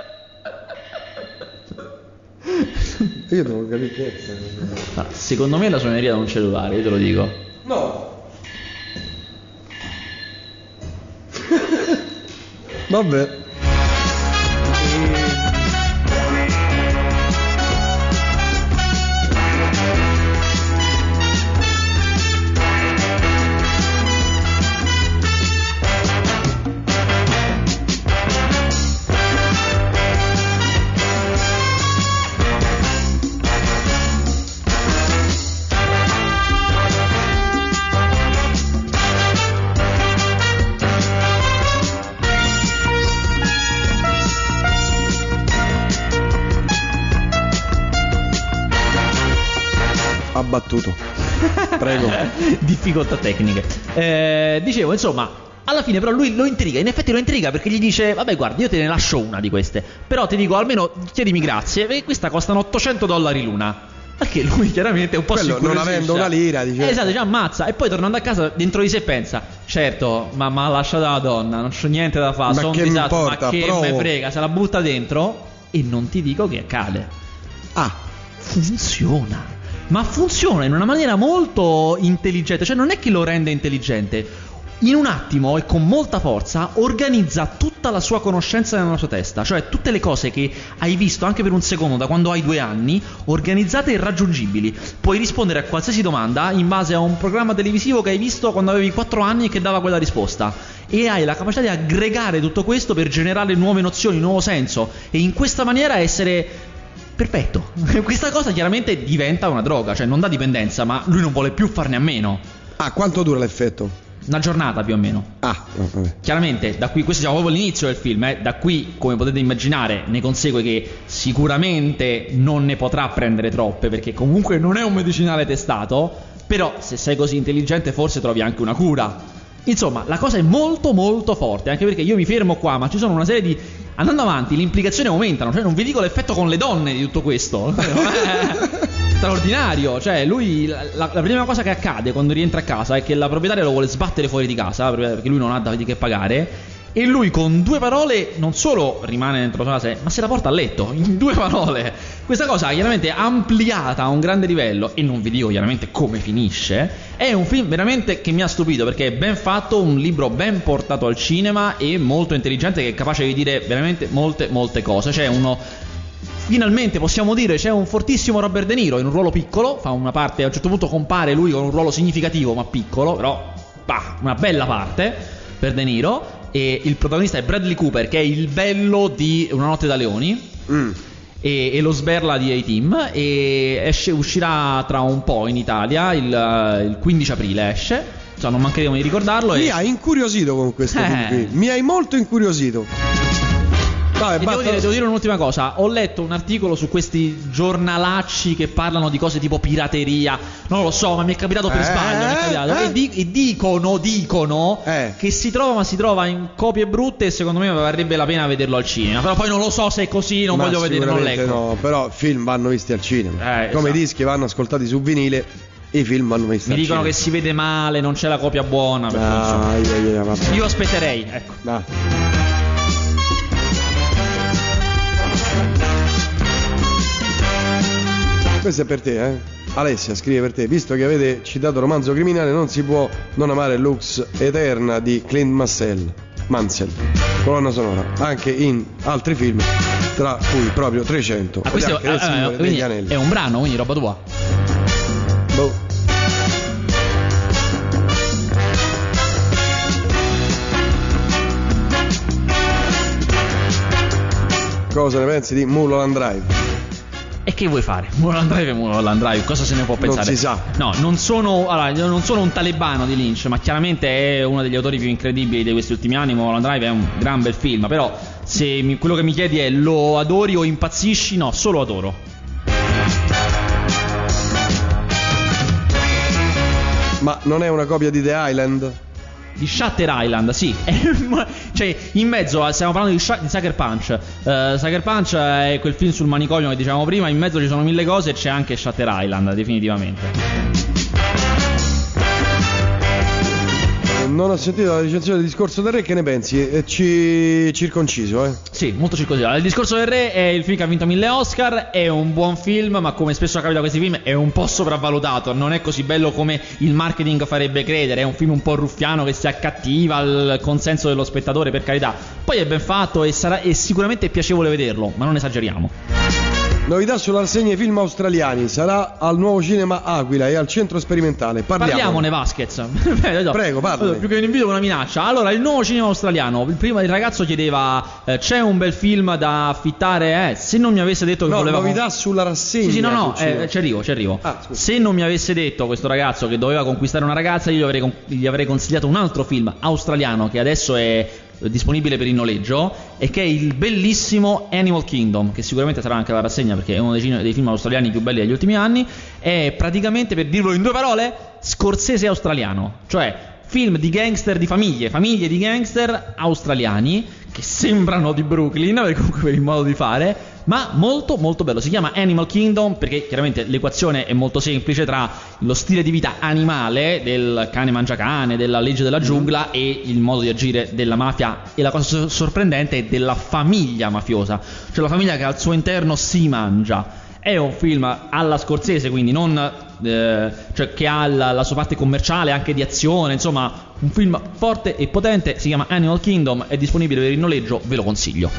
io devo capire che è. Ma secondo me è la suoneria da un cellulare, io te lo dico. No. Vabbè. Abbattuto. Prego. Difficoltà tecniche. Eh, dicevo, insomma, alla fine però lui lo intriga, in effetti lo intriga perché gli dice, vabbè guarda, io te ne lascio una di queste, però ti dico almeno chiedimi grazie, perché questa costano ottocento dollari l'una. Perché lui chiaramente è un po' Quello, sicuro. non avendo una lira, dice. Eh, esatto, dice ammazza. E poi tornando a casa dentro di sé pensa, certo, ma mi ha lasciato la donna, non c'ho niente da fare, Ma sono che un mi disastro, importa, ma che provo. me frega, se la butta dentro e non ti dico che accade. Ah, Funziona. Ma funziona in una maniera molto intelligente, cioè non è che lo rende intelligente. In un attimo e con molta forza organizza tutta la sua conoscenza nella sua testa, cioè tutte le cose che hai visto anche per un secondo da quando hai due anni, organizzate e irraggiungibili. Puoi rispondere a qualsiasi domanda in base a un programma televisivo che hai visto quando avevi quattro anni e che dava quella risposta. E hai la capacità di aggregare tutto questo per generare nuove nozioni, nuovo senso e in questa maniera essere perfetto. Questa cosa chiaramente diventa una droga, cioè non dà dipendenza, ma lui non vuole più farne a meno. ah, quanto dura l'effetto? Una giornata più o meno. Ah, no, vabbè. Chiaramente da qui, questo siamo proprio all'inizio del film, eh, da qui come potete immaginare ne consegue che sicuramente non ne potrà prendere troppe perché comunque non è un medicinale testato, però se sei così intelligente forse trovi anche una cura. Insomma, la cosa è molto molto forte, anche perché io mi fermo qua, ma ci sono una serie di... Andando avanti le implicazioni aumentano, cioè non vi dico l'effetto con le donne di tutto questo. Straordinario, cioè lui la, la prima cosa che accade quando rientra a casa è che la proprietaria lo vuole sbattere fuori di casa perché lui non ha da di che pagare e lui con due parole non solo rimane dentro la sua casa ma se la porta a letto in due parole. Questa cosa chiaramente ampliata a un grande livello e non vi dico chiaramente come finisce. È un film veramente che mi ha stupito perché è ben fatto, un libro ben portato al cinema e molto intelligente che è capace di dire veramente molte molte cose. C'è uno Finalmente possiamo dire c'è un fortissimo Robert De Niro in un ruolo piccolo, fa una parte, a un certo punto compare lui con un ruolo significativo ma piccolo, però bah, una bella parte per De Niro. E il protagonista è Bradley Cooper che è il bello di Una notte da leoni Mm. e, e lo sberla di A-Team e esce, uscirà tra un po' in Italia il, il quindici aprile esce, cioè non mancheremo di ricordarlo. Mi e... hai incuriosito con questo Eh. film qui. Mi hai molto incuriosito. Vabbè, e devo basta- dire, devo dire un'ultima cosa. Ho letto un articolo su questi giornalacci che parlano di cose tipo pirateria. Non lo so, ma mi è capitato per Eh, sbaglio. mi è capitato. eh? E, di- e dicono, dicono Eh. che si trova, ma si trova in copie brutte. E secondo me varrebbe la pena vederlo al cinema. Però poi non lo so se è così. Non Ma voglio vedere, non sicuramente leggo. no, però film vanno visti al cinema. Eh, Come esatto. i dischi vanno ascoltati su vinile, i film vanno visti Mi al dicono cinema. che si vede male, non c'è la copia buona. perché, insomma, Ah, ia, ia, vabbè. io aspetterei, ecco. Ah. Questo è per te, eh? Alessia scrive per te: visto che avete citato Romanzo Criminale, non si può non amare Lux Eterna di Clint Mansell, Mansell, colonna sonora, anche in altri film, tra cui proprio trecento. Ah, questo ed anche nel è, eh, Signore quindi degli Anelli. è un brano, quindi roba tua. Boh. Cosa ne pensi di Mulholland Drive? E che vuoi fare? Mulholland Drive e Mulholland Drive, cosa se ne può pensare? si sa. No, non sono, allora, io non sono un talebano di Lynch, ma chiaramente è uno degli autori più incredibili di questi ultimi anni. Mulholland Drive è un gran bel film, però se mi- quello che mi chiedi è lo adori o impazzisci, no, solo adoro. Ma non è una copia di The Island? Di Shutter Island, sì. Cioè, in mezzo a, stiamo parlando di, Sha- di Sucker Punch. Eh, Sucker Punch è quel film sul manicomio che dicevamo prima. In mezzo ci sono mille cose e c'è anche Shutter Island, definitivamente. Non ho sentito la recensione del Discorso del Re, che ne pensi? E ci circonciso, eh? Sì, molto circosito. Il Discorso del Re è il film che ha vinto mille Oscar. È un buon film, ma come spesso capita a questi film, è un po' sopravvalutato. Non è così bello come il marketing farebbe credere. È un film un po' ruffiano che si accattiva al consenso dello spettatore, per carità. Poi è ben fatto e sarà e sicuramente è piacevole vederlo, ma non esageriamo. Novità sulla rassegna dei film australiani. Sarà al Nuovo Cinema Aquila e al Centro Sperimentale. Parliamo. Parliamone, Vasquez. Prego, parli. Allora, più che un invito, una minaccia. Allora, il Nuovo Cinema Australiano. Il prima il ragazzo chiedeva: eh, c'è un bel film da affittare? Eh, se non mi avesse detto che No, voleva. novità sulla rassegna. Sì, sì, no, no, sul cinema. eh, ci arrivo, ci arrivo. Ah, scusa. Se non mi avesse detto questo ragazzo che doveva conquistare una ragazza, io gli avrei, con- gli avrei consigliato un altro film australiano che adesso è eh, disponibile per il noleggio, e che è il bellissimo Animal Kingdom, che sicuramente sarà anche la rassegna perché è uno dei, cin- dei film australiani più belli degli ultimi anni. È praticamente, per dirlo in due parole, Scorsese australiano, cioè film di gangster, di famiglie, famiglie di gangster australiani che sembrano di Brooklyn, perché comunque per il modo di fare, ma molto molto bello. Si chiama Animal Kingdom perché chiaramente l'equazione è molto semplice tra lo stile di vita animale del cane mangiacane, della legge della giungla, e il modo di agire della mafia, e la cosa so- sorprendente è della famiglia mafiosa, cioè la famiglia che al suo interno si mangia. È un film alla Scorsese, quindi non eh, cioè che ha la, la sua parte commerciale, anche di azione, insomma un film forte e potente. Si chiama Animal Kingdom, è disponibile per il noleggio, ve lo consiglio.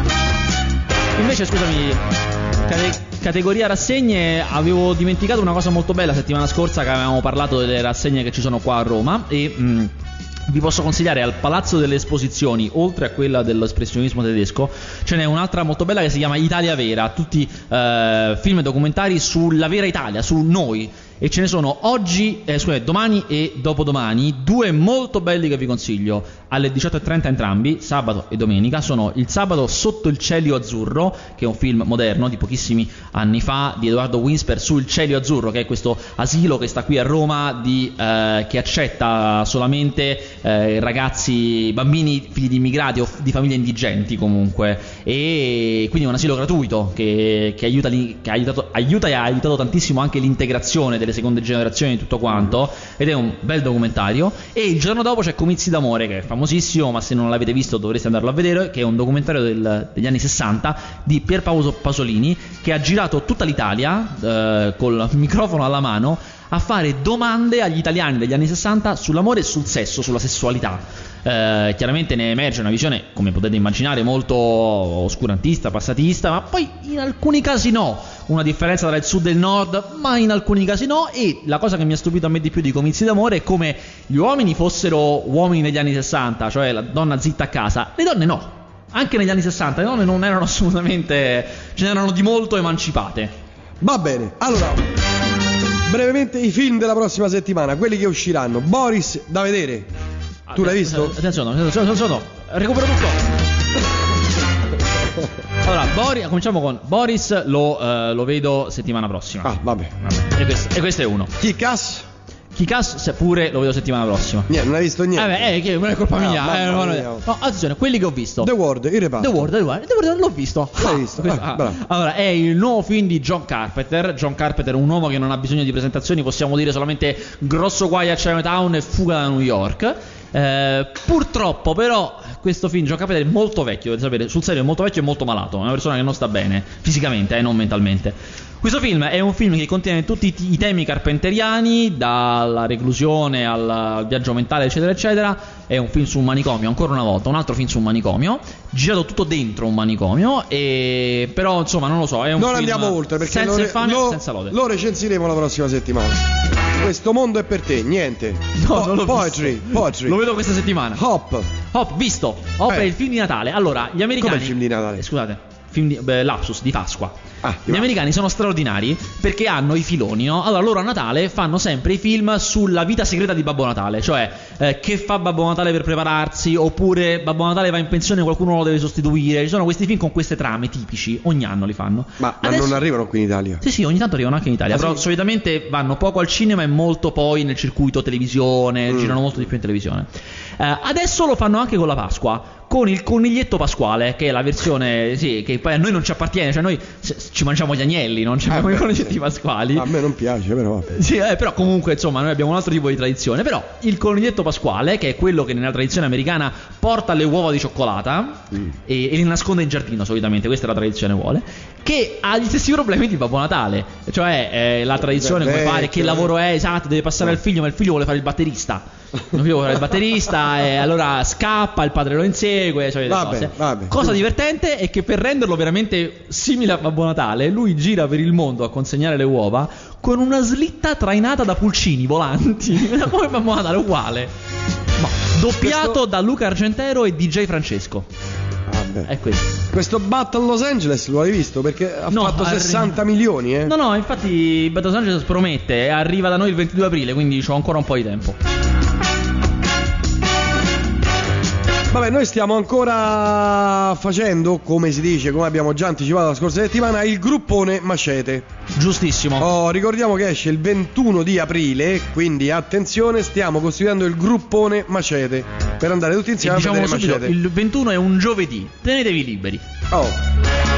Invece, scusami, cate- categoria rassegne, avevo dimenticato una cosa molto bella settimana scorsa, che avevamo parlato delle rassegne che ci sono qua a Roma, e mh, vi posso consigliare al Palazzo delle Esposizioni, oltre a quella dell'espressionismo tedesco, ce n'è un'altra molto bella che si chiama Italia Vera, tutti eh, film e documentari sulla vera Italia, su noi. E ce ne sono oggi, eh, scusate, domani e dopodomani, due molto belli che vi consiglio, alle diciotto e trenta entrambi, sabato e domenica. Sono il sabato Sotto il cielo azzurro, che è un film moderno di pochissimi anni fa, di Edoardo Winsper, su Il cielo azzurro, che è questo asilo che sta qui a Roma, di, eh, che accetta solamente eh, ragazzi, bambini figli di immigrati o di famiglie indigenti comunque, e quindi è un asilo gratuito che, che, aiuta, li- che ha aiutato, aiuta e ha aiutato tantissimo anche l'integrazione delle seconde generazioni e tutto quanto, ed è un bel documentario. E il giorno dopo c'è Comizi d'amore, che è famosissimo, ma se non l'avete visto dovreste andarlo a vedere, che è un documentario del, degli anni sessanta di Pierpaolo Pasolini, che ha girato tutta l'Italia eh, col microfono alla mano a fare domande agli italiani degli anni sessanta sull'amore e sul sesso, sulla sessualità. Eh, chiaramente ne emerge una visione, come potete immaginare, molto oscurantista, passatista, ma poi in alcuni casi no, una differenza tra il sud e il nord, ma in alcuni casi no. E la cosa che mi ha stupito a me di più di Comizi d'amore è come gli uomini fossero uomini negli anni sessanta, cioè la donna zitta a casa. Le donne no, anche negli anni sessanta le donne non erano assolutamente, ce n'erano di molto emancipate. Va bene, allora, brevemente i film della prossima settimana, quelli che usciranno. Boris, da vedere. Tu l'hai visto? Attenzione, attenzione, attenzione, recupero tutto. Allora, Boris, cominciamo con Boris, lo, uh, lo vedo settimana prossima. Ah, vabbè. vabbè. E, questo, e questo è uno. Kick-Ass? Kick-Ass pure lo vedo settimana prossima. Niente, non hai visto niente. Eh beh, eh, che non è colpa no, mia. Eh, no, no, no, attenzione, quelli che ho visto. The Ward, il reparto. The Ward, The Ward, The Ward l'ho visto. L'hai visto? Questo, Ah, ah. Allora, è il nuovo film di John Carpenter. John Carpenter è un uomo che non ha bisogno di presentazioni, possiamo dire solamente grosso guai a Chinatown e fuga da New York. Eh, purtroppo però questo film John Carpenter è molto vecchio, dovete sapere, sul serio è molto vecchio e molto malato, è una persona che non sta bene fisicamente, eh, non mentalmente. Questo film è un film che contiene tutti i, i temi carpenteriani, dalla reclusione al, al viaggio mentale eccetera eccetera. È un film su un manicomio, ancora una volta un altro film su un manicomio, girato tutto dentro un manicomio, e però insomma non lo so, è un non film andiamo oltre perché senza lo, infamia, lo, senza lode. Lo recensiremo la prossima settimana. Questo mondo è per te, niente. No, po- non l'ho poetry, visto. poetry. Lo vedo questa settimana. Hop. Hop, visto. Hop Eh. è il film di Natale. Allora, gli americani. Come il film di Natale? Eh, scusate, film di beh, lapsus di Pasqua. Ah, Gli americani sono straordinari perché hanno i filoni, no? Allora loro a Natale fanno sempre i film sulla vita segreta di Babbo Natale, cioè eh, che fa Babbo Natale per prepararsi, oppure Babbo Natale va in pensione e qualcuno lo deve sostituire. Ci sono questi film con queste trame tipici, ogni anno li fanno. Ma, ma Adesso... non arrivano qui in Italia? Sì, sì, ogni tanto arrivano anche in Italia, Ah, però sì? solitamente vanno poco al cinema e molto poi nel circuito televisione, Mm. girano molto di più in televisione. Eh, adesso lo fanno anche con la Pasqua, con il coniglietto pasquale, che è la versione, sì, che poi a noi non ci appartiene, cioè noi se- ci mangiamo gli agnelli, non ci Ah, abbiamo i beh, coniglietti sì. pasquali. A me non piace, però vabbè. Sì, eh, però comunque insomma noi abbiamo un altro tipo di tradizione. Però il coniglietto pasquale, che è quello che nella tradizione americana porta le uova di cioccolata Mm. e, e le nasconde in giardino solitamente, questa è la tradizione vuole, che ha gli stessi problemi di Babbo Natale. Cioè eh, la tradizione come Vecchio, fare, che eh. lavoro è, esatto, deve passare al figlio, ma il figlio vuole fare il batterista. Il figlio vuole fare il batterista e allora scappa, il padre lo insegue, cioè Vabbè, cose. vabbè. Cosa divertente è che per renderlo veramente simile a Babbo Natale, lui gira per il mondo a consegnare le uova con una slitta trainata da pulcini volanti. Come Babbo Natale, uguale. Ma doppiato Questo- da Luca Argentero e D J Francesco. Vabbè. È questo. Questo Battle Los Angeles lo hai visto? Perché ha No, fatto arri- sessanta milioni, eh? No, no, infatti Battle Los Angeles promette, arriva da noi il ventidue aprile, quindi ho ancora un po' di tempo. Vabbè, noi stiamo ancora facendo, come si dice, come abbiamo già anticipato la scorsa settimana, il gruppone Macete. Giustissimo. Oh, ricordiamo che esce il ventuno di aprile, quindi attenzione, stiamo costruendo il gruppone Macete per andare tutti E insieme a diciamo vedere subito, Macete. il ventuno è un giovedì, tenetevi liberi. Oh.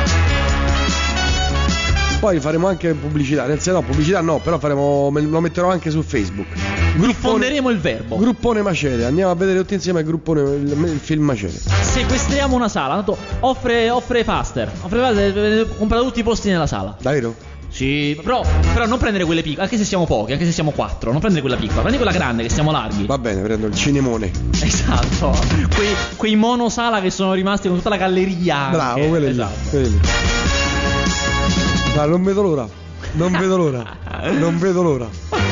Poi faremo anche pubblicità, nel senso no, pubblicità no, però faremo, me- lo metterò anche su Facebook. Diffonderemo il verbo. Gruppone Macete, andiamo a vedere tutti insieme il gruppone, il, il film Macete. Sequestriamo una sala, tanto offre, offre Faster. Offre Faster, compra tutti i posti nella sala. Davvero? Sì, però, però non prendere quelle piccole, anche se siamo pochi, anche se siamo quattro, non prendere quella piccola, prendi quella grande che siamo larghi. Va bene, prendo il cinemone. Esatto. Quei, quei monosala che sono rimasti con tutta la galleria. anche. Bravo, quelli lì, Esatto. quelli lì. Ma non vedo l'ora. Non vedo l'ora. Non vedo l'ora.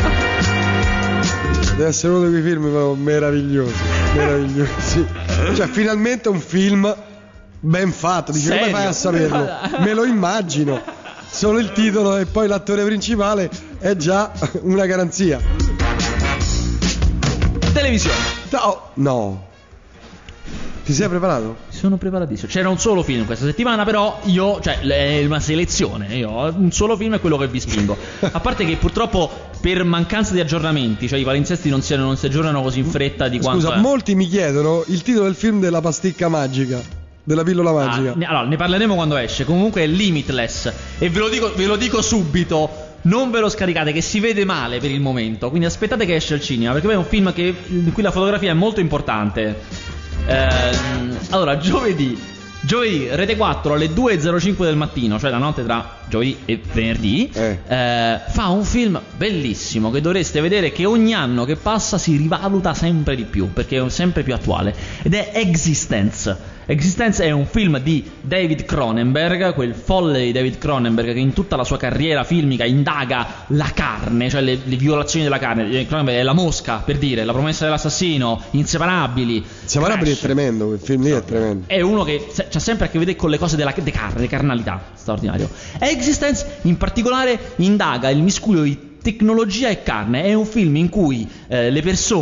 Deve essere uno di quei film però meravigliosi. Meravigliosi. Cioè, finalmente un film ben fatto. Dice, come Serio? fai a saperlo? Me lo immagino. Solo il titolo e poi l'attore principale è già una garanzia. Televisione. Oh, no. Ti sei preparato? Sono preparatissimo. C'era un solo film questa settimana, però io, cioè, è una selezione. Io ho un solo film è quello che vi spingo. A parte che purtroppo per mancanza di aggiornamenti, cioè i palinsesti non si, non si aggiornano così in fretta di quanto. Scusa, è. molti mi chiedono il titolo del film della pasticca magica, della pillola Ah, magica. ne- allora, ne parleremo quando esce. Comunque è Limitless. E ve lo dico, ve lo dico subito. Non ve lo scaricate, che si vede male per il momento. Quindi aspettate che esce al cinema, perché poi è un film che, in cui la fotografia è molto importante. Ehm, allora, giovedì, giovedì, Rete quattro alle due e zero cinque del mattino, cioè la notte tra giovedì e venerdì, Eh. eh, fa un film bellissimo che dovreste vedere, che ogni anno che passa si rivaluta sempre di più, perché è sempre più attuale, ed è Existence. Existence è un film di David Cronenberg, quel folle di David Cronenberg che in tutta la sua carriera filmica indaga la carne, cioè le, le violazioni della carne. David Cronenberg è La Mosca, per dire, La promessa dell'assassino, Inseparabili. Inseparabili è Crash. tremendo, quel film lì è tremendo. È uno che se- c'ha sempre a che vedere con le cose della de carne, de carnalità, straordinario. Existence in particolare indaga il miscuglio di tecnologia e carne. È un film in cui eh, le persone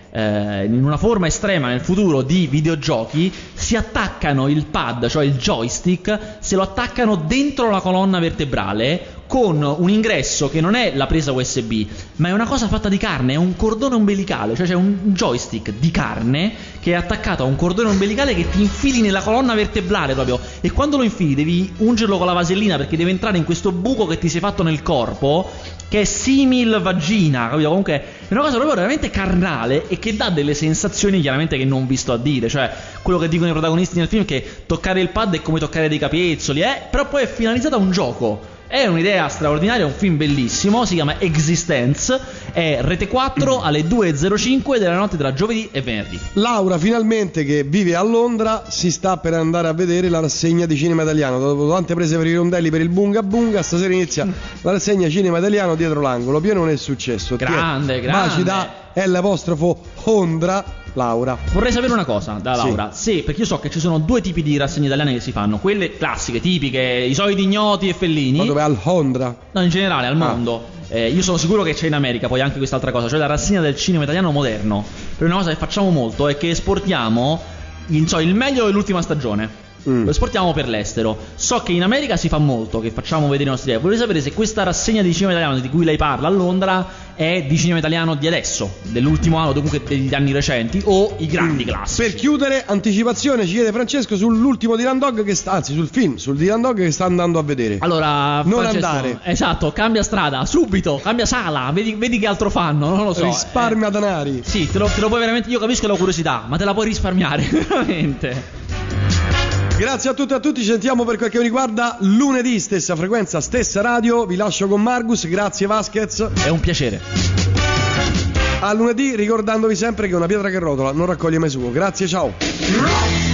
eh, in una forma estrema nel futuro di videogiochi, si attaccano il pad, cioè il joystick, se lo attaccano dentro la colonna vertebrale con un ingresso che non è la presa U S B, ma è una cosa fatta di carne, è un cordone ombelicale, cioè c'è un joystick di carne che è attaccato a un cordone ombelicale che ti infili nella colonna vertebrale proprio, e quando lo infili devi ungerlo con la vasellina perché deve entrare in questo buco che ti sei fatto nel corpo, che è simil vagina, capito? Comunque è una cosa proprio veramente carnale e che dà delle sensazioni chiaramente che non vi sto a dire, cioè quello che dicono i protagonisti nel film, che toccare il pad è come toccare dei capezzoli, eh? Però poi è finalizzato a un gioco. È un'idea straordinaria, è un film bellissimo, si chiama Existence, è Rete quattro alle due e zero cinque della notte tra giovedì e venerdì. Laura, finalmente, che vive a Londra, si sta per andare a vedere la rassegna di cinema italiano. Dopo tante prese per i rondelli per il Bunga Bunga, stasera inizia la rassegna cinema italiano dietro l'angolo. Pieno non è successo. Grande, Tiè, grande. Macida, è l'apostrofo Ondra. Laura, vorrei sapere una cosa da Laura. Sì. sì, perché io so che ci sono due tipi di rassegne italiane che si fanno, quelle classiche, tipiche, i soliti ignoti e Fellini. Ma dove? Al Hondra? No, in generale, al mondo. Ah. Eh, io sono sicuro che c'è in America poi anche quest'altra cosa, cioè la rassegna del cinema italiano moderno. Per una cosa che facciamo molto è che esportiamo in, so, il meglio dell'ultima stagione. Mm. Lo esportiamo per l'estero. So che in America si fa molto, che facciamo vedere i nostri idee. Vorrei sapere se questa rassegna di cinema italiano di cui lei parla a Londra è di cinema italiano di adesso, dell'ultimo anno, comunque degli anni recenti, o i grandi mm. classici. Per chiudere, anticipazione ci chiede Francesco sull'ultimo Dylan Dog che sta, anzi sul film, sul Dylan Dog che sta andando a vedere. Allora, non Francesco, andare. Esatto, cambia strada, subito, cambia sala, vedi, vedi che altro fanno, non lo so. Risparmia eh. denari. Sì, te lo, te lo puoi veramente, io capisco la curiosità, ma te la puoi risparmiare, veramente. Grazie a tutti e a tutti, ci sentiamo per quel che mi riguarda lunedì, stessa frequenza, stessa radio. Vi lascio con Margus, grazie Vasquez. È un piacere. A lunedì, ricordandovi sempre che una pietra che rotola non raccoglie mai sugo. Grazie, ciao.